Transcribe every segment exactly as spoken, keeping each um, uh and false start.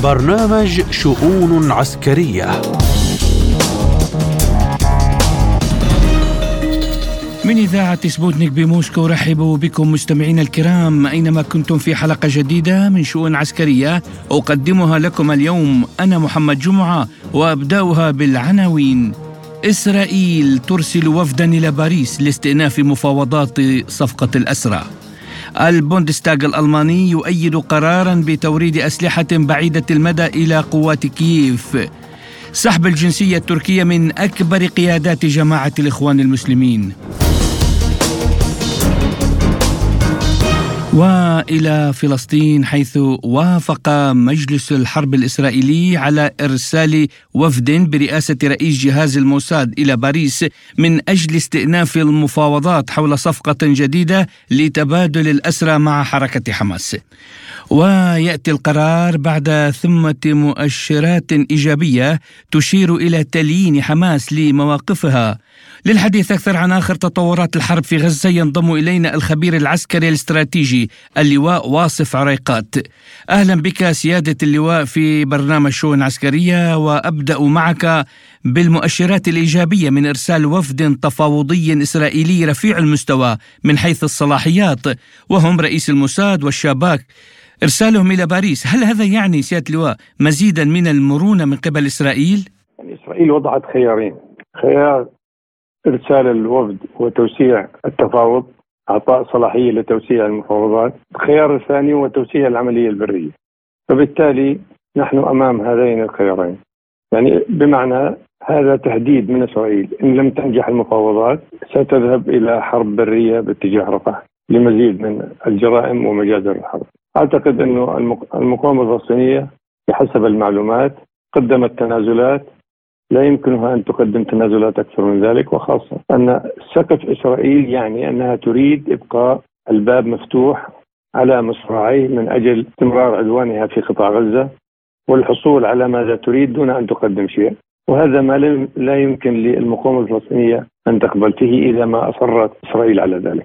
برنامج شؤون عسكرية من إذاعة سبوتنيك بموسكو. رحب بكم مستمعينا الكرام أينما كنتم في حلقة جديدة من شؤون عسكرية أقدمها لكم اليوم أنا محمد جمعة، وأبدأها بالعناوين. إسرائيل ترسل وفدا إلى باريس لاستئناف مفاوضات صفقة الأسرى. البوندستاغ الألماني يؤيد قرارا بتوريد أسلحة بعيدة المدى إلى قوات كييف. سحب الجنسية التركية من أكبر قيادات جماعة الإخوان المسلمين. وإلى فلسطين، حيث وافق مجلس الحرب الإسرائيلي على إرسال وفد برئاسة رئيس جهاز الموساد إلى باريس من أجل استئناف المفاوضات حول صفقة جديدة لتبادل الأسرى مع حركة حماس. ويأتي القرار بعد ثمة مؤشرات إيجابية تشير إلى تليين حماس لمواقفها. للحديث أكثر عن آخر تطورات الحرب في غزة ينضم إلينا الخبير العسكري الاستراتيجي اللواء واصف عريقات. أهلا بك سيادة اللواء في برنامج شؤون عسكرية، وأبدأ معك بالمؤشرات الإيجابية من إرسال وفد تفاوضي إسرائيلي رفيع المستوى من حيث الصلاحيات، وهم رئيس الموساد والشاباك، إرسالهم إلى باريس. هل هذا يعني سيادة اللواء مزيدا من المرونة من قبل إسرائيل؟ يعني إسرائيل وضعت خيارين: خيار إرسال الوفد وتوسيع التفاوض، إعطاء صلاحية لتوسيع المفاوضات. الخيار الثاني هو توسيع العملية البرية. فبالتالي نحن أمام هذين الخيارين، يعني بمعنى هذا تهديد من إسرائيل: إن لم تنجح المفاوضات ستذهب إلى حرب برية باتجاه رفح لمزيد من الجرائم ومجازر الحرب. أعتقد أنه المقاومة الفلسطينية بحسب المعلومات قدمت تنازلات لا يمكنها أن تقدم تنازلات أكثر من ذلك، وخاصة أن سقف إسرائيل يعني أنها تريد إبقاء الباب مفتوح على مصراعيه من أجل استمرار عدوانها في قطاع غزة والحصول على ماذا تريد دون أن تقدم شيء، وهذا ما لا يمكن للمقاومة الفلسطينية أن تقبل فيه إذا ما أصرت إسرائيل على ذلك.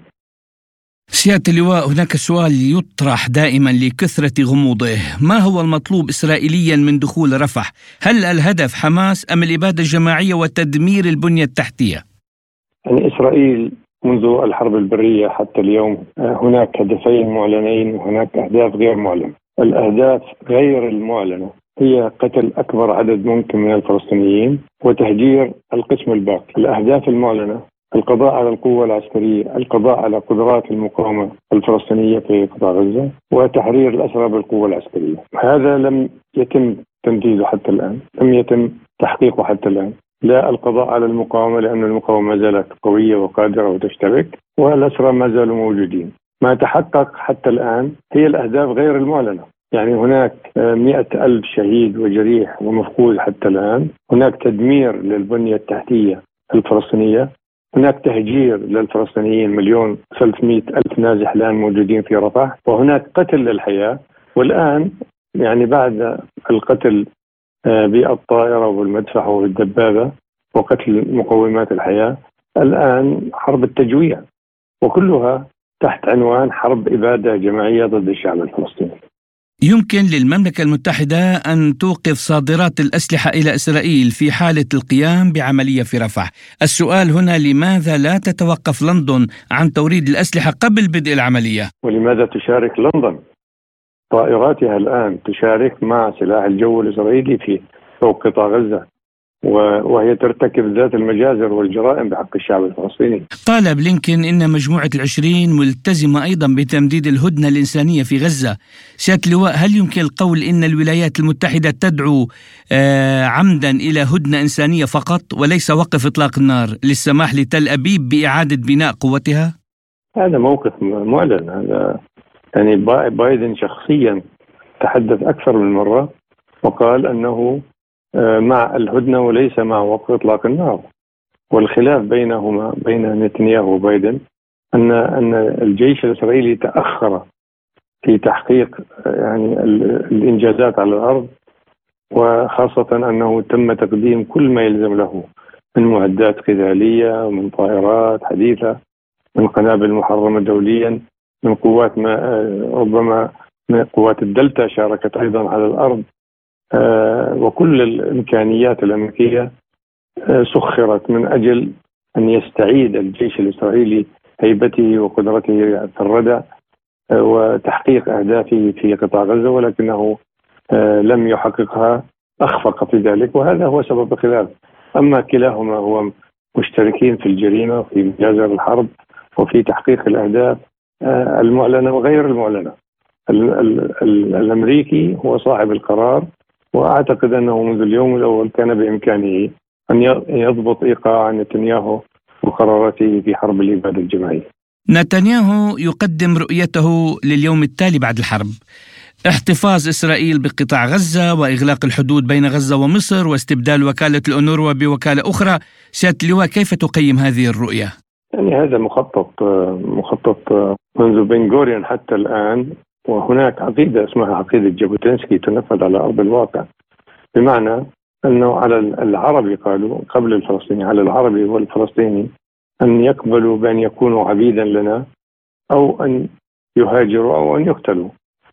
سيادة اللواء، هناك سؤال يطرح دائما لكثرة غموضه: ما هو المطلوب إسرائيليا من دخول رفح؟ هل الهدف حماس أم الإبادة الجماعية وتدمير البنية التحتية؟ يعني إسرائيل منذ الحرب البرية حتى اليوم هناك هدفين معلنين وهناك أهداف غير معلنة. الأهداف غير المعلنة هي قتل أكبر عدد ممكن من الفلسطينيين وتهجير القسم الباقي. الأهداف المعلنة: القضاء على القوة العسكرية، القضاء على قدرات المقاومة الفلسطينية في قطاع غزة، وتحرير الأسرى بالقوة العسكرية. هذا لم يتم تنفيذه حتى الآن، لم يتم تحقيقه حتى الآن. لا القضاء على المقاومة لأن المقاومة ما زالت قوية وقادرة وتشتبك، والأسرى ما زالوا موجودين. ما تحقق حتى الآن هي الأهداف غير المعلنة، يعني هناك مئة ألف شهيد وجريح ومفقود حتى الآن، هناك تدمير للبنية التحتية الفلسطينية، هناك تهجير للفلسطينيين مليون ثلاثمئة ألف نازح الآن موجودين في رفح، وهناك قتل للحياة. والآن يعني بعد القتل بالطائرة والمدفع والدبابة وقتل مقومات الحياة، الآن حرب التجويع، وكلها تحت عنوان حرب إبادة جماعية ضد الشعب الفلسطيني. يمكن للمملكة المتحدة أن توقف صادرات الأسلحة إلى إسرائيل في حالة القيام بعملية في رفح. السؤال هنا: لماذا لا تتوقف لندن عن توريد الأسلحة قبل بدء العملية؟ ولماذا تشارك لندن؟ طائراتها الآن تشارك مع سلاح الجو الإسرائيلي في فوق قطاع غزة، وهي ترتكب ذات المجازر والجرائم بحق الشعب الفلسطيني. قال بلينكن إن مجموعة العشرين ملتزمة أيضا بتمديد الهدنة الإنسانية في غزة. سيادة اللواء، هل يمكن القول إن الولايات المتحدة تدعو آه عمدا إلى هدنة إنسانية فقط وليس وقف إطلاق النار للسماح لتل أبيب بإعادة بناء قوتها؟ هذا موقف معلن. هذا يعني بايدن شخصيا تحدث أكثر من مرة وقال أنه مع الهدنة وليس مع وقف إطلاق النار. والخلاف بينهما بين نتنياهو وبايدن أن أن الجيش الإسرائيلي تأخر في تحقيق يعني الإنجازات على الأرض، وخاصة أنه تم تقديم كل ما يلزم له من معدات قتالية، من طائرات حديثة، من قنابل محرمة دوليا، من قوات ما ربما من قوات الدلتا شاركت أيضا على الأرض وكل الإمكانيات الأمريكية سخرت من أجل أن يستعيد الجيش الإسرائيلي هيبته وقدرته في الردع وتحقيق أهدافه في قطاع غزة، ولكنه لم يحققها، أخفق في ذلك، وهذا هو سبب الخلاف. أما كلاهما هو مشتركين في الجريمة وفي مجازر الحرب وفي تحقيق الأهداف المعلنة وغير المعلنة. الأمريكي هو صاحب القرار، وأعتقد أنه منذ اليوم الأول كان بإمكانه أن يضبط إيقاع نتنياهو وقراراته في حرب الإبادة الجماعية. نتنياهو يقدم رؤيته لليوم التالي بعد الحرب: احتفاظ إسرائيل بقطاع غزة وإغلاق الحدود بين غزة ومصر واستبدال وكالة الأونروا بوكالة أخرى. سيادة اللواء، كيف تقيم هذه الرؤية؟ يعني هذا مخطط مخطط منذ بن غوريون حتى الآن، وهناك عقيدة اسمها عقيدة جابوتينسكي تنفذ على أرض الواقع، بمعنى أنه على العربي، قالوا قبل الفلسطيني، على العربي والفلسطيني أن يقبلوا بأن يكونوا عبيدا لنا أو أن يهاجروا أو أن يقتلوا.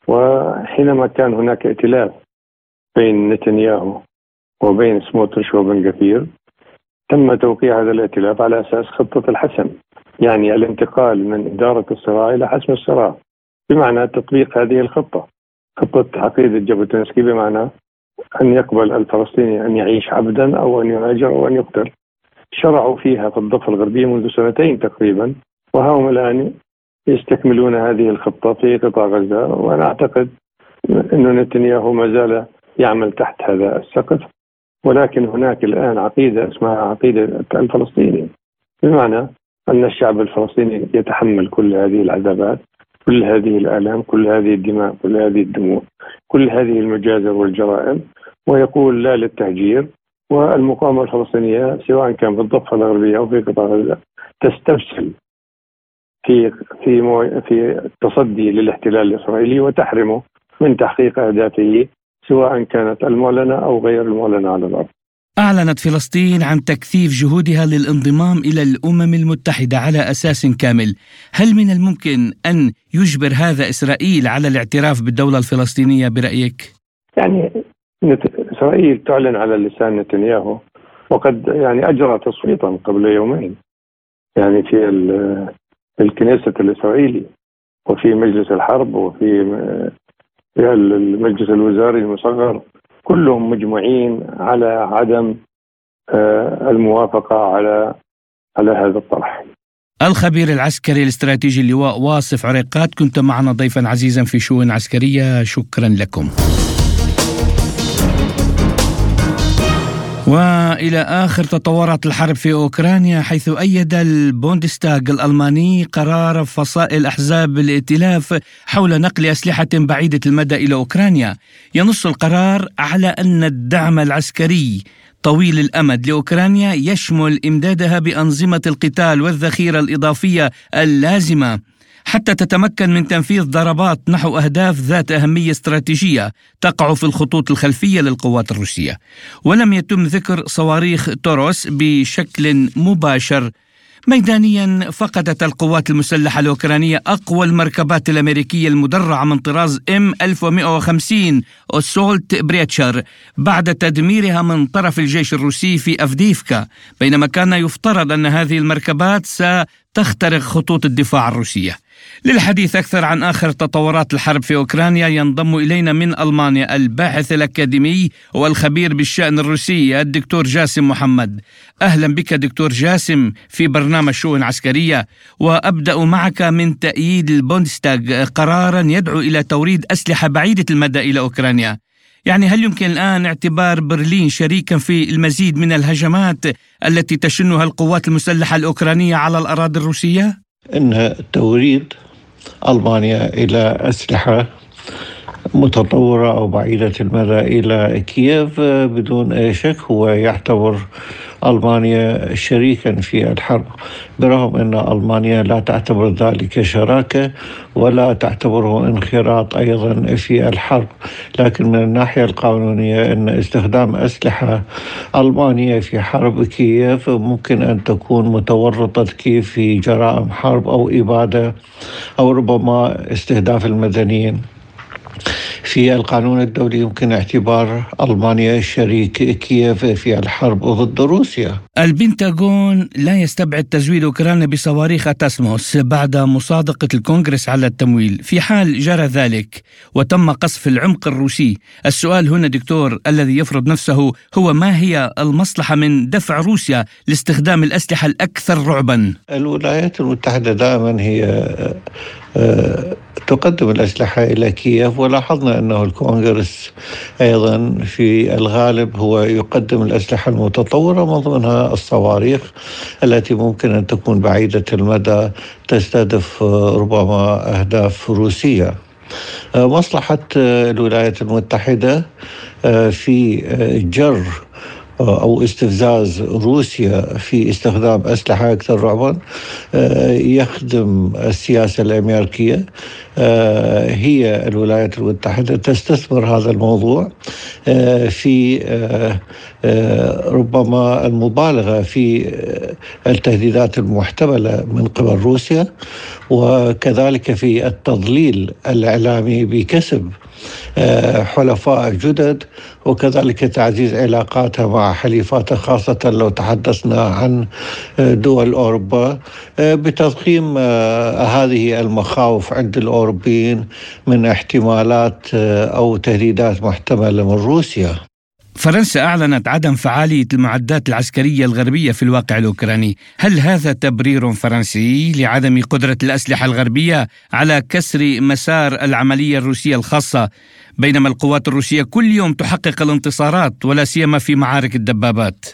وحينما كان هناك ائتلاف بين نتنياهو وبين سموتريتش وبن غفير، تم توقيع هذا الائتلاف على أساس خطة الحسم، يعني الانتقال من إدارة الصراع إلى حسم الصراع، بمعنى تطبيق هذه الخطة، خطة عقيدة جابوتينسكي، بمعنى أن يقبل الفلسطيني أن يعيش عبدا أو أن يهاجر أو أن يقتل. شرعوا فيها في الضفة الغربية منذ سنتين تقريبا، وهم الآن يستكملون هذه الخطة في قطاع غزة. وأنا أعتقد أن نتنياهو ما زال يعمل تحت هذا السقف، ولكن هناك الآن عقيدة اسمها عقيدة الفلسطيني، بمعنى أن الشعب الفلسطيني يتحمل كل هذه العذابات، كل هذه الآلام، كل هذه الدماء، كل هذه الدموع، كل هذه المجازر والجرائم، ويقول لا للتهجير. والمقاومة الفلسطينية سواء كان في الضفة الغربية أو في قطاع غزة تستبسل في في مو في التصدي للاحتلال الإسرائيلي وتحرمه من تحقيق أهدافه سواء كانت المعلنة أو غير المعلنة على الأرض. أعلنت فلسطين عن تكثيف جهودها للانضمام إلى الأمم المتحدة على أساس كامل. هل من الممكن أن يجبر هذا إسرائيل على الاعتراف بالدولة الفلسطينية برأيك؟ يعني إسرائيل تعلن على لسان نتنياهو، وقد يعني أجرى تصويتا قبل يومين يعني في الكنيسة الإسرائيلي وفي مجلس الحرب وفي المجلس الوزاري المصغر، كلهم مجمعين على عدم الموافقة على على هذا الطرح. الخبير العسكري الاستراتيجي اللواء واصف عريقات، كنت معنا ضيفا عزيزا في شؤون عسكرية، شكرا لكم. وإلى آخر تطورات الحرب في أوكرانيا، حيث أيد البوندستاغ الألماني قرار فصائل أحزاب الائتلاف حول نقل أسلحة بعيدة المدى إلى أوكرانيا. ينص القرار على أن الدعم العسكري طويل الأمد لأوكرانيا يشمل إمدادها بأنظمة القتال والذخيرة الإضافية اللازمة حتى تتمكن من تنفيذ ضربات نحو أهداف ذات أهمية استراتيجية تقع في الخطوط الخلفية للقوات الروسية. ولم يتم ذكر صواريخ توروس بشكل مباشر. ميدانيا، فقدت القوات المسلحة الأوكرانية أقوى المركبات الأمريكية المدرعة من طراز إم ألف ومئة وخمسين أوسولت بريتشر بعد تدميرها من طرف الجيش الروسي في أفديفكا، بينما كان يفترض أن هذه المركبات ستخترق خطوط الدفاع الروسية. للحديث أكثر عن آخر تطورات الحرب في أوكرانيا ينضم إلينا من ألمانيا الباحث الأكاديمي والخبير بالشأن الروسي الدكتور جاسم محمد. أهلا بك دكتور جاسم في برنامج شؤون عسكرية. وأبدأ معك من تأييد البوندستاغ قرارا يدعو إلى توريد أسلحة بعيدة المدى إلى أوكرانيا. يعني هل يمكن الآن اعتبار برلين شريكا في المزيد من الهجمات التي تشنها القوات المسلحة الأوكرانية على الأراضي الروسية؟ إن توريد ألمانيا إلى أسلحة متطورة أو بعيدة المدى إلى كييف بدون أي شك هو يعتبر ألمانيا شريكا في الحرب، برغم أن ألمانيا لا تعتبر ذلك شراكة ولا تعتبره انخراط أيضا في الحرب. لكن من الناحية القانونية أن استخدام أسلحة ألمانيا في حرب كييف ممكن أن تكون متورطة كييف في جرائم حرب أو إبادة أو ربما استهداف المدنيين. في القانون الدولي يمكن اعتبار ألمانيا شريك كييف في الحرب ضد روسيا. البنتاغون لا يستبعد تزويد أوكرانيا بصواريخ أتاسموس بعد مصادقة الكونغرس على التمويل. في حال جرى ذلك وتم قصف العمق الروسي، السؤال هنا دكتور الذي يفرض نفسه هو: ما هي المصلحة من دفع روسيا لاستخدام الأسلحة الأكثر رعبا؟ الولايات المتحدة دائما هي تقدم الأسلحة إلى كييف، ولاحظنا أنه الكونغرس أيضا في الغالب هو يقدم الأسلحة المتطورة، من ضمنها الصواريخ التي ممكن أن تكون بعيدة المدى تستهدف ربما أهداف روسية. مصلحة الولايات المتحدة في جر أو استفزاز روسيا في استخدام أسلحة أكثر رعبا يخدم السياسة الأمريكية. هي الولايات المتحدة تستثمر هذا الموضوع في ربما المبالغة في التهديدات المحتملة من قبل روسيا، وكذلك في التضليل الإعلامي بكسب حلفاء جدد، وكذلك تعزيز علاقاتها مع حليفاتها، خاصة لو تحدثنا عن دول أوروبا، بتضخيم هذه المخاوف عند الأوروبيين من احتمالات أو تهديدات محتملة من روسيا. فرنسا أعلنت عدم فعالية المعدات العسكرية الغربية في الواقع الأوكراني. هل هذا تبرير فرنسي لعدم قدرة الأسلحة الغربية على كسر مسار العملية الروسية الخاصة، بينما القوات الروسية كل يوم تحقق الانتصارات ولا سيما في معارك الدبابات؟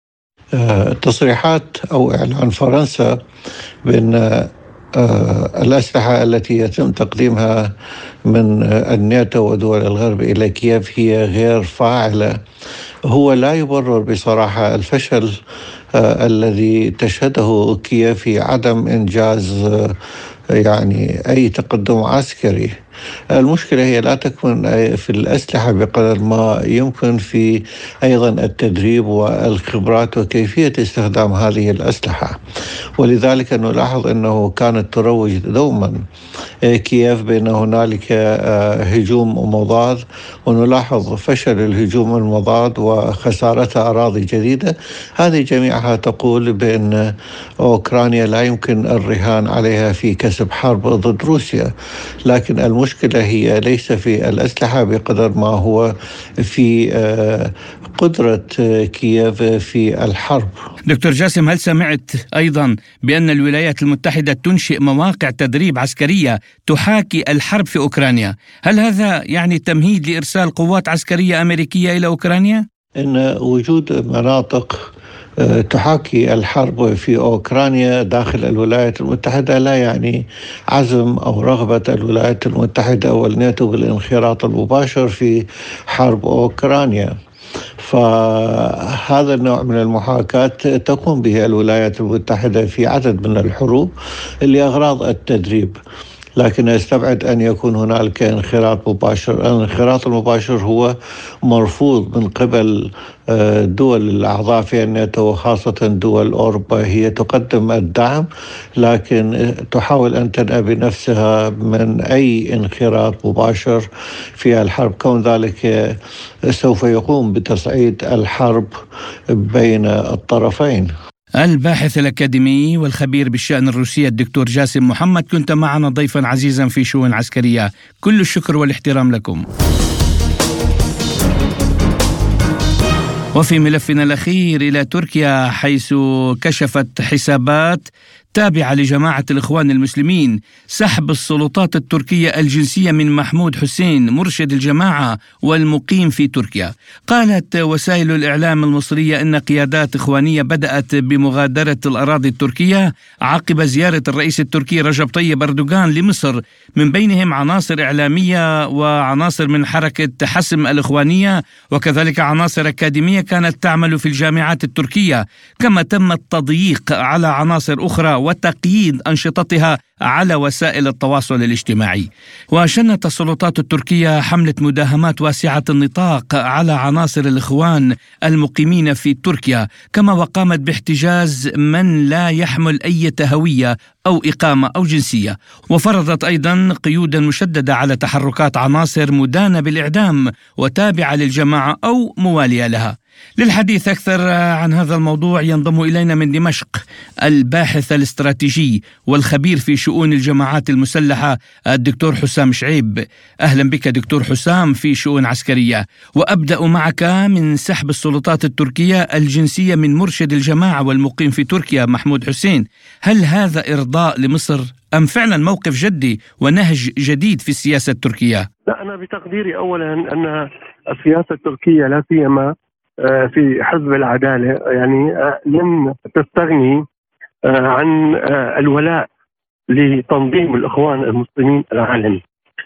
تصريحات أو إعلان فرنسا بأن الأسلحة التي يتم تقديمها من الناتو ودول الغرب إلى كييف هي غير فاعلة هو لا يبرر بصراحة الفشل الذي تشهده كييف في عدم إنجاز يعني أي تقدم عسكري. المشكلة هي لا تكون في الأسلحة بقدر ما يمكن في أيضا التدريب والخبرات وكيفية استخدام هذه الأسلحة. ولذلك نلاحظ أنه كانت تروج دوما كييف بأن هنالك هجوم مضاد، ونلاحظ فشل الهجوم المضاد وخسارتها أراضي جديدة. هذه جميعها تقول بأن أوكرانيا لا يمكن الرهان عليها في كسب حرب ضد روسيا، لكن المشكلة هي ليس في الأسلحة بقدر ما هو في قدرة كييف في الحرب. دكتور جاسم، هل سمعت أيضا بأن الولايات المتحدة تنشئ مواقع تدريب عسكرية تحاكي الحرب في أوكرانيا؟ هل هذا يعني تمهيد لإرسال قوات عسكرية أمريكية إلى أوكرانيا؟ إن وجود مناطق تحاكي الحرب في أوكرانيا داخل الولايات المتحدة لا يعني عزم أو رغبة الولايات المتحدة والناتو بالانخراط المباشر في حرب أوكرانيا. فهذا النوع من المحاكاة تقوم به الولايات المتحدة في عدد من الحروب لأغراض التدريب، لكن استبعد أن يكون هنالك انخراط مباشر. الانخراط المباشر هو مرفوض من قبل دول الأعضاء في الناتو، وخاصة دول أوروبا. هي تقدم الدعم لكن تحاول أن تنأى بنفسها من أي انخراط مباشر في الحرب، كون ذلك سوف يقوم بتصعيد الحرب بين الطرفين. الباحث الأكاديمي والخبير بالشأن الروسي الدكتور جاسم محمد، كنت معنا ضيفا عزيزا في شؤون عسكرية. كل الشكر والاحترام لكم. وفي ملفنا الأخير إلى تركيا، حيث كشفت حسابات تابعة لجماعة الإخوان المسلمين سحب السلطات التركية الجنسية من محمود حسين مرشد الجماعة والمقيم في تركيا. قالت وسائل الإعلام المصرية أن قيادات إخوانية بدأت بمغادرة الأراضي التركية عقب زيارة الرئيس التركي رجب طيب أردوغان لمصر، من بينهم عناصر إعلامية وعناصر من حركة حسم الإخوانية، وكذلك عناصر أكاديمية كانت تعمل في الجامعات التركية، كما تم التضييق على عناصر أخرى وتقييد أنشطتها على وسائل التواصل الاجتماعي. وشنت السلطات التركية حملة مداهمات واسعة النطاق على عناصر الإخوان المقيمين في تركيا، كما وقامت باحتجاز من لا يحمل أي هوية أو إقامة أو جنسية، وفرضت أيضا قيودا مشددة على تحركات عناصر مدانة بالإعدام وتابعة للجماعة أو موالية لها. للحديث أكثر عن هذا الموضوع ينضم إلينا من دمشق الباحث الاستراتيجي والخبير في شؤون الجماعات المسلحة الدكتور حسام شعيب. أهلا بك دكتور حسام في شؤون عسكرية. وأبدأ معك من سحب السلطات التركية الجنسية من مرشد الجماعة والمقيم في تركيا محمود حسين. هل هذا إرضاء لمصر أم فعلا موقف جدي ونهج جديد في السياسة التركية؟ لا، أنا بتقديري أولا أن السياسة التركية لا سيما في حزب العدالة يعني لن تستغني عن الولاء لتنظيم الإخوان المسلمين العالمي،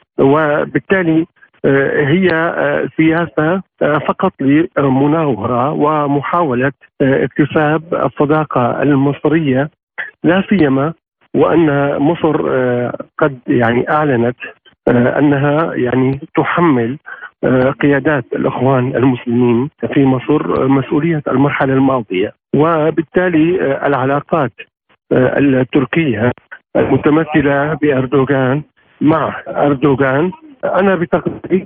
وبالتالي هي سياسة فقط لمناورة ومحاولة اكتساب الصداقة المصرية، لا سيما وأن مصر قد يعني أعلنت أنها يعني تحمل قيادات الإخوان المسلمين في مصر مسؤولية المرحلة الماضية، وبالتالي العلاقات التركية المتمثلة بأردوغان مع أردوغان أنا بتقديري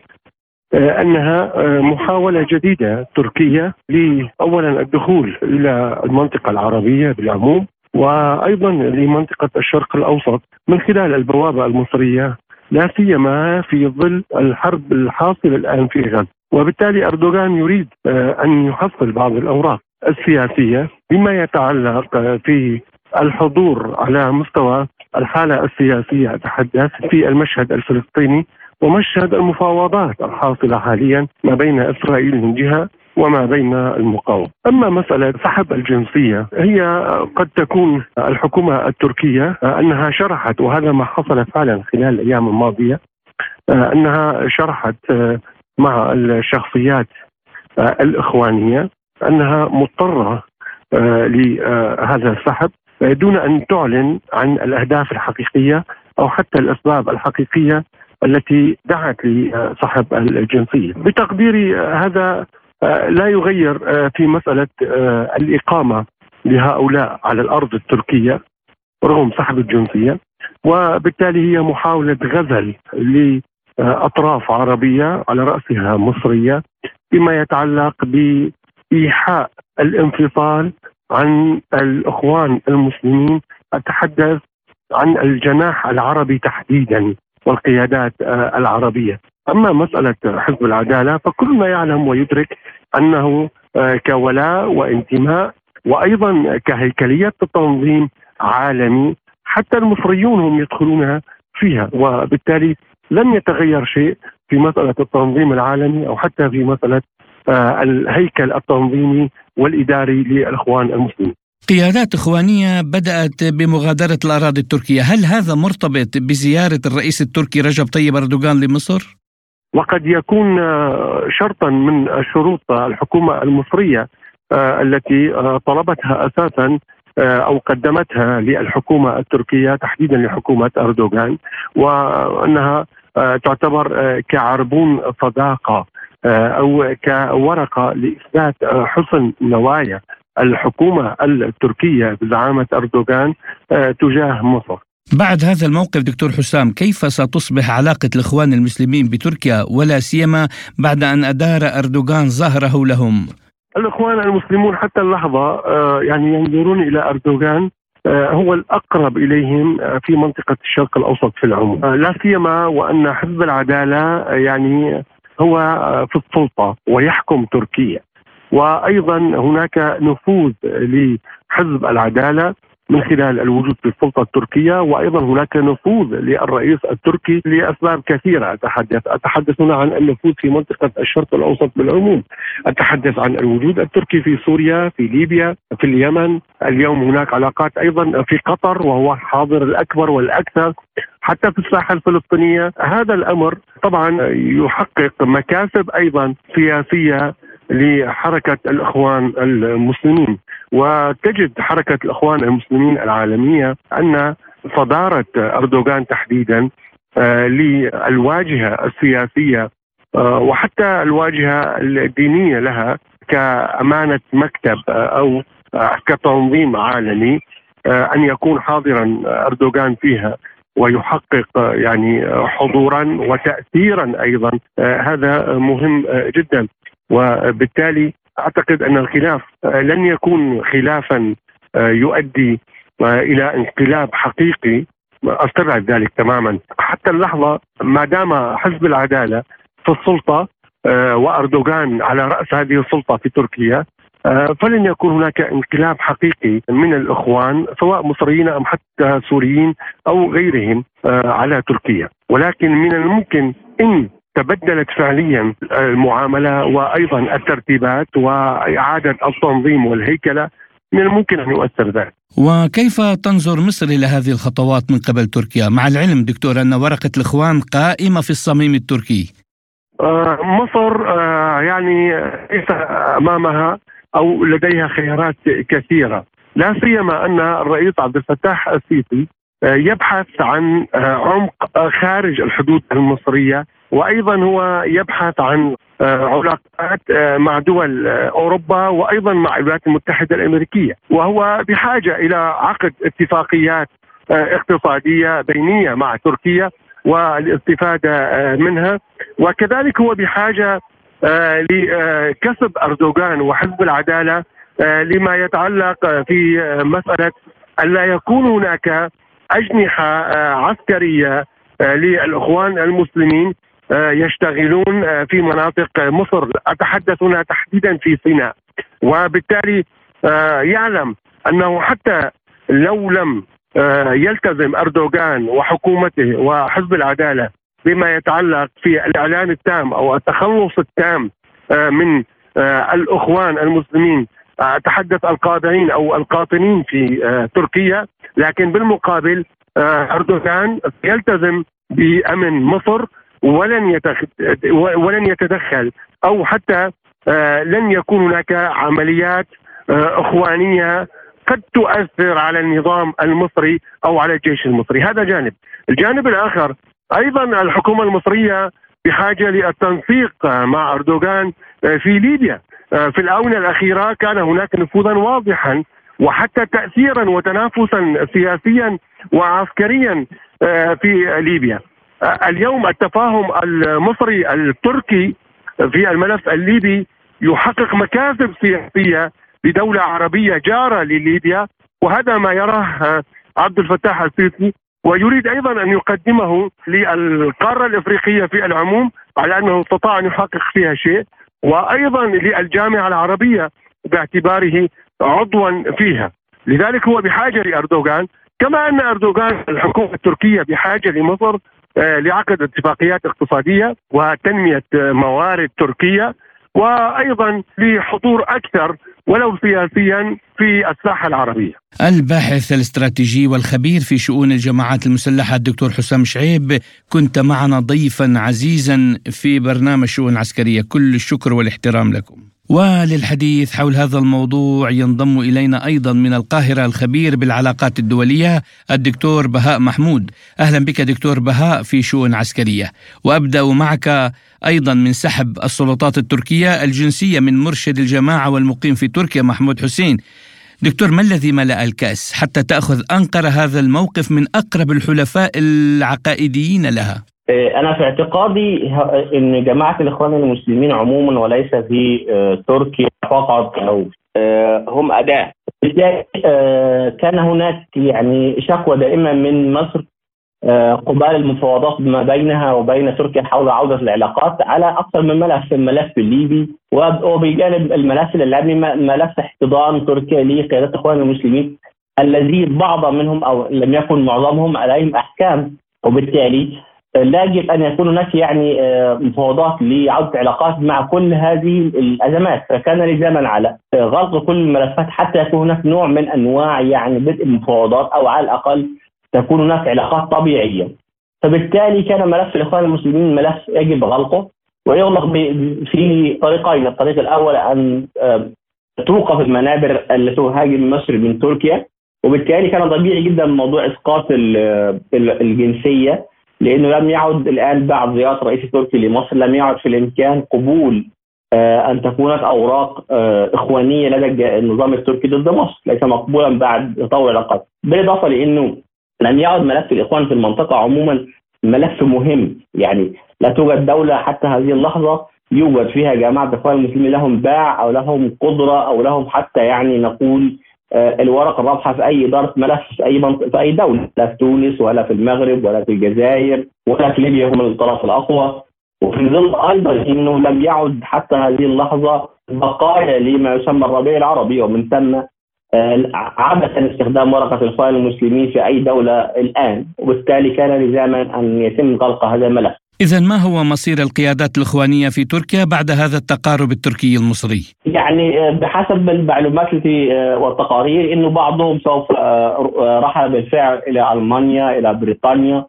أنها محاولة جديدة تركية لأولا الدخول إلى المنطقة العربية بالعموم، وأيضا لمنطقة الشرق الأوسط من خلال البوابة المصرية، لا سيما في ظل الحرب الحاصلة الآن في غزة. وبالتالي أردوغان يريد أن يحصل بعض الأوراق السياسية بما يتعلق في الحضور على مستوى الحالة السياسية، أتحدث في المشهد الفلسطيني ومشهد المفاوضات الحاصلة حاليا ما بين إسرائيل من جهة وما بين المقاومة. أما مسألة سحب الجنسية، هي قد تكون الحكومة التركية أنها شرحت، وهذا ما حصل فعلا خلال الأيام الماضية، أنها شرحت مع الشخصيات الإخوانية أنها مضطرة لهذا السحب دون أن تعلن عن الأهداف الحقيقية أو حتى الأسباب الحقيقية التي دعت لسحب الجنسية. بتقديري هذا لا يغير في مسألة الإقامة لهؤلاء على الأرض التركية رغم سحب الجنسية، وبالتالي هي محاولة غزل لأطراف عربية على رأسها مصرية بما يتعلق بإيحاء الانفصال عن الإخوان المسلمين، أتحدث عن الجناح العربي تحديدا والقيادات العربية. أما مسألة حزب العدالة فكلنا يعلم ويدرك أنه كولاء وانتماء وأيضا كهيكلية تنظيم عالمي، حتى المصريون هم يدخلون فيها، وبالتالي لم يتغير شيء في مسألة التنظيم العالمي أو حتى في مسألة الهيكل التنظيمي والإداري للإخوان المسلمين. قيادات إخوانية بدأت بمغادرة الأراضي التركية، هل هذا مرتبط بزيارة الرئيس التركي رجب طيب أردوغان لمصر؟ وقد يكون شرطا من شروط الحكومة المصرية التي طلبتها أساسا أو قدمتها للحكومة التركية تحديدا لحكومة أردوغان، وأنها تعتبر كعربون صداقة أو كورقة لإثبات حسن نوايا الحكومة التركية بزعامة أردوغان تجاه مصر. بعد هذا الموقف دكتور حسام، كيف ستصبح علاقة الإخوان المسلمين بتركيا ولا سيما بعد أن أدار أردوغان ظهره لهم؟ الإخوان المسلمون حتى اللحظة يعني ينظرون إلى أردوغان هو الأقرب إليهم في منطقة الشرق الأوسط في العموم، لا سيما وأن حزب العدالة يعني هو في السلطة ويحكم تركيا، وأيضا هناك نفوذ لحزب العدالة من خلال الوجود في السلطة التركية، وأيضا هناك نفوذ للرئيس التركي لأسباب كثيرة. أتحدث أتحدث هنا عن النفوذ في منطقة الشرق الأوسط بالعموم، أتحدث عن الوجود التركي في سوريا، في ليبيا، في اليمن، اليوم هناك علاقات أيضا في قطر وهو الحاضر الأكبر والأكثر، حتى في الساحة الفلسطينية. هذا الأمر طبعا يحقق مكاسب أيضا سياسية لحركة الإخوان المسلمين، وتجد حركة الإخوان المسلمين العالمية أن صدارة أردوغان تحديدا للواجهة السياسية وحتى الواجهة الدينية لها كأمانة مكتب أو كتنظيم عالمي أن يكون حاضرا أردوغان فيها ويحقق يعني حضورا وتأثيرا أيضا، هذا مهم جدا. وبالتالي أعتقد أن الخلاف لن يكون خلافا يؤدي إلى انقلاب حقيقي، أستبعد ذلك تماما حتى اللحظة. ما دام حزب العدالة في السلطة وأردوغان على رأس هذه السلطة في تركيا، فلن يكون هناك انقلاب حقيقي من الإخوان سواء مصريين أم حتى سوريين أو غيرهم على تركيا. ولكن من الممكن إن تبدلت فعليا المعاملة وأيضا الترتيبات وإعادة التنظيم والهيكلة، من الممكن أن يؤثر ذلك. وكيف تنظر مصر إلى هذه الخطوات من قبل تركيا، مع العلم دكتور أن ورقة الإخوان قائمة في الصميم التركي؟ مصر يعني ليس أمامها أو لديها خيارات كثيرة، لا سيما أن الرئيس عبد الفتاح السيسي يبحث عن عمق خارج الحدود المصرية، وأيضا هو يبحث عن علاقات مع دول أوروبا وأيضا مع الولايات المتحدة الأمريكية، وهو بحاجة إلى عقد اتفاقيات اقتصادية بينية مع تركيا والاستفادة منها. وكذلك هو بحاجة لكسب أردوغان وحزب العدالة لما يتعلق في مسألة أن لا يكون هناك أجنحة عسكرية للإخوان المسلمين يشتغلون في مناطق مصر، أتحدث هنا تحديدا في سيناء. وبالتالي يعلم أنه حتى لو لم يلتزم أردوغان وحكومته وحزب العدالة بما يتعلق في الإعلان التام أو التخلص التام من الإخوان المسلمين، أتحدث القاطنين أو القاطنين في تركيا، لكن بالمقابل أردوغان يلتزم بأمن مصر ولن ولن يتدخل أو حتى لن يكون هناك عمليات إخوانية قد تؤثر على النظام المصري أو على الجيش المصري. هذا جانب. الجانب الآخر أيضا الحكومة المصرية بحاجة للتنسيق مع أردوغان في ليبيا. في الآونة الأخيرة كان هناك نفوذا واضحا وحتى تأثيرا وتنافسا سياسيا وعسكريا في ليبيا. اليوم التفاهم المصري التركي في الملف الليبي يحقق مكاسب سياسية لدولة عربية جارة لليبيا، وهذا ما يراه عبد الفتاح السيسي، ويريد أيضا أن يقدمه للقارة الإفريقية في العموم على أنه استطاع أن يحقق فيها شيء، وأيضا للجامعة العربية باعتباره عضوا فيها. لذلك هو بحاجة لأردوغان، كما أن أردوغان الحكومة التركية بحاجة لمصر لعقد اتفاقيات اقتصادية وتنمية موارد تركية، وأيضا لحضور أكثر ولو سياسيا في الساحة العربية. الباحث الاستراتيجي والخبير في شؤون الجماعات المسلحة الدكتور حسام شعيب، كنت معنا ضيفا عزيزا في برنامج شؤون عسكرية، كل الشكر والاحترام لكم. وللحديث حول هذا الموضوع ينضم إلينا أيضا من القاهرة الخبير بالعلاقات الدولية الدكتور بهاء محمود. أهلا بك دكتور بهاء في شؤون عسكرية. وأبدأ معك أيضا من سحب السلطات التركية الجنسية من مرشد الجماعة والمقيم في تركيا محمود حسين. دكتور، ما الذي ملأ الكأس حتى تأخذ أنقرة هذا الموقف من أقرب الحلفاء العقائديين لها؟ أنا في اعتقادي أن جماعة الإخوان المسلمين عموما وليس في تركيا فقط أو هم أداة. كان هناك يعني شكوى دائما من مصر قبال المفاوضات ما بينها وبين تركيا حول عودة العلاقات على أكثر من ملف، الملف الليبي وبجانب الملف الإعلامي ملف احتضان تركيا لقيادات الإخوان المسلمين الذي بعض منهم أو لم يكن معظمهم عليهم أحكام، وبالتالي لا يجب أن يكون هناك يعني مفاوضات لعودة علاقات مع كل هذه الأزمات، فكان لزاما على غلق كل الملفات حتى يكون هناك نوع من أنواع يعني بدء المفاوضات أو على الأقل تكون هناك علاقات طبيعية. فبالتالي كان ملف الإخوان المسلمين ملف يجب غلقه ويغلق في طريقين. الطريق الأول أن توقف المنابر التي تهاجم مصر من تركيا. وبالتالي كان طبيعي جدا موضوع اسقاط الجنسيه، لانه لم يعد الان بعد زياره الرئيس التركي لمصر لم يعد في الامكان قبول ان تكون اوراق اخوانيه لدى النظام التركي ضد مصر، ليس مقبولا بعد تطور العلاقات. بالاضافه لانه لم يعد ملف الاخوان في المنطقه عموما ملف مهم، يعني لا توجد دوله حتى هذه اللحظه يوجد فيها جماعه الاخوان المسلمين لهم باع او لهم قدره او لهم حتى يعني نقول الورقه الرابحه في اي اداره ملف في اي منطقه في اي دوله، لا في تونس ولا في المغرب ولا في الجزائر ولا في ليبيا هم الطرف الاقوى. وفي ظل ايضا انه لم يعد حتى هذه اللحظه بقايا لما يسمى الربيع العربي، ومن ثم عبثا استخدام ورقه الاخوان المسلمين في اي دوله الان، وبالتالي كان لزاما ان يتم غلق هذا الملف. إذن ما هو مصير القيادات الإخوانية في تركيا بعد هذا التقارب التركي المصري؟ يعني بحسب المعلومات التي والتقارير إنه بعضهم سوف رحل بالفعل إلى ألمانيا إلى بريطانيا،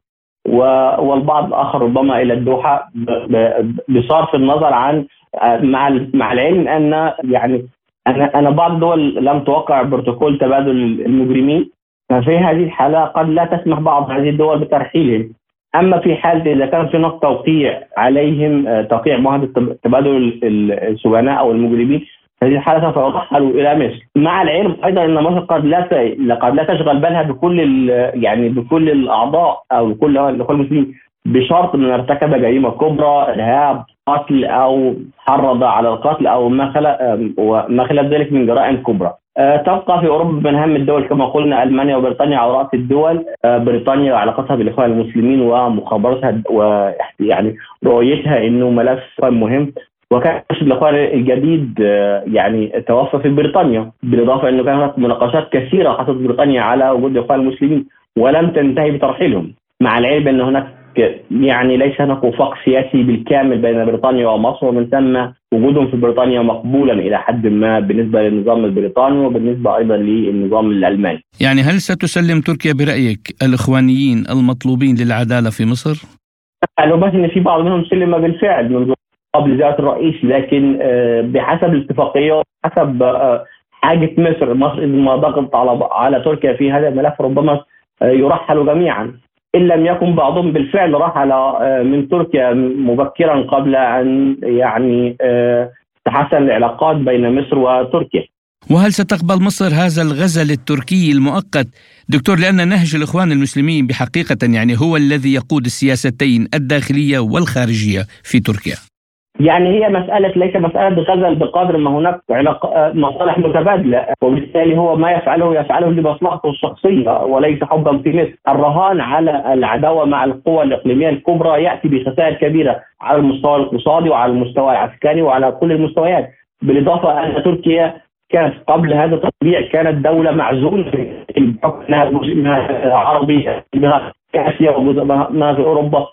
والبعض الآخر ربما إلى الدوحة، بصرف النظر عن مع مع العلم أن يعني أنا أنا بعض الدول لم توقع بروتوكول تبادل المجرمين، ففي هذه الحالة قد لا تسمح بعض هذه الدول بترحيلهم. أما في حال إذا كان في نقطة توقيع عليهم توقيع معاهدة تبادل السجناء أو المجرمين، هذه الحالة سوف يرحلوا إلى مصر، مع العلم أيضا أن مصر قد لا قد لا تشغل بالها بكل يعني بكل الأعضاء أو بكل الإخوان المسلمين، بشرط أن ارتكب جريمة كبرى، إرهاب، قتل أو حرض على القتل أو ما خلق وما خلاف ذلك من جرائم كبرى. أه تبقى في أوروبا من أهم الدول كما قلنا ألمانيا وبريطانيا على رأس الدول. أه بريطانيا وعلاقتها بالإخوان المسلمين ومخابرتها ويعني رؤيتها إنه ملف مهم، وكان الإخوان الجديد أه يعني توفى في بريطانيا، بالإضافة إنه كان هناك مناقشات كثيرة حصلت بريطانيا على وجود الإخوان المسلمين ولم تنتهي بترحيلهم، مع العلم أن هناك يعني ليس هناك وفاق سياسي بالكامل بين بريطانيا ومصر، ومن ثم وجودهم في بريطانيا مقبولا إلى حد ما بالنسبة للنظام البريطاني وبالنسبة أيضا للنظام الألماني. يعني هل ستسلم تركيا برأيك الإخوانيين المطلوبين للعدالة في مصر؟ معلومات إن في بعض منهم سلم بالفعل منذ قبل زيارة الرئيس، لكن بحسب الاتفاقية حسب حاجة مصر مصر إذا ما ضغط على على تركيا في هذا الملف ربما يرحلوا جميعا، إن لم يكن بعضهم بالفعل رحل من تركيا مبكرا قبل أن يعني تحسن العلاقات بين مصر وتركيا. وهل ستقبل مصر هذا الغزل التركي المؤقت دكتور، لأن نهج الإخوان المسلمين بحقيقة يعني هو الذي يقود السياستين الداخلية والخارجية في تركيا؟ يعني هي مسألة ليس مسألة غزل بقدر ما هناك علاقة مصالح متبادلة، وبالتالي هو ما يفعله يفعله لمصلحته الشخصية وليس حبا في مصر. الرهان على العداوة مع القوى الإقليمية الكبرى يأتي بخسائر كبيرة على المستوى الاقتصادي وعلى المستوى العسكري وعلى كل المستويات، بالإضافة أن تركيا كانت قبل هذا التطبيع كانت دولة معزولة بحكم أنها جزء منها عربي منها في آسيا وجزء منها في أوروبا،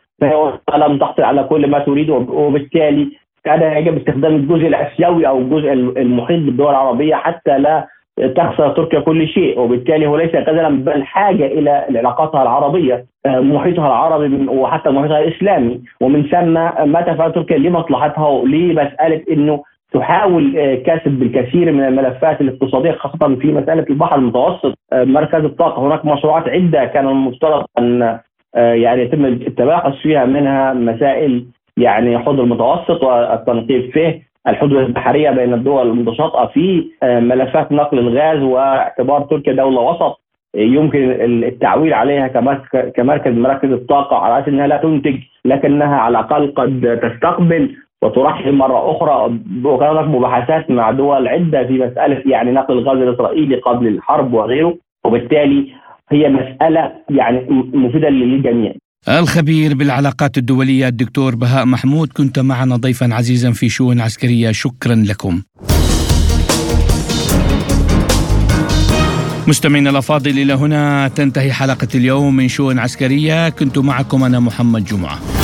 لم تحصل على كل ما تريد، وبالتالي كان يجب استخدام الجزء الآسيوي أو الجزء المحيط بالدول العربية حتى لا تخسر تركيا كل شيء. وبالتالي هو ليس غزلا بل حاجة إلى علاقاتها العربية، محيطها العربي وحتى محيطها الإسلامي، ومن ثم ما تفعل تركيا لمصلحتها لمسألة إنه تحاول كسب بالكثير من الملفات الاقتصادية خاصة في مسألة البحر المتوسط، مركز الطاقة. هناك مشروعات عدة كان المفترض أن يعني يتم التباحث فيها، منها مسائل يعني حوض المتوسط والتنقيب فيه، الحدود البحرية بين الدول المتشاطئة في ملفات نقل الغاز، واعتبار تركيا دولة وسط يمكن التعويل عليها كمركز مراكز الطاقة على أساس أنها لا تنتج لكنها على الأقل قد تستقبل وترحل مرة أخرى. وكان هناك مباحثات مع دول عدة في مسألة يعني نقل الغاز الإسرائيلي قبل الحرب وغيره، وبالتالي هي مسألة يعني مفيدة للجميع. الخبير بالعلاقات الدولية الدكتور بهاء محمود، كنت معنا ضيفا عزيزا في شؤون عسكرية، شكرا لكم. مستمعينا الأفاضل، إلى هنا تنتهي حلقة اليوم من شؤون عسكرية، كنت معكم أنا محمد جمعة.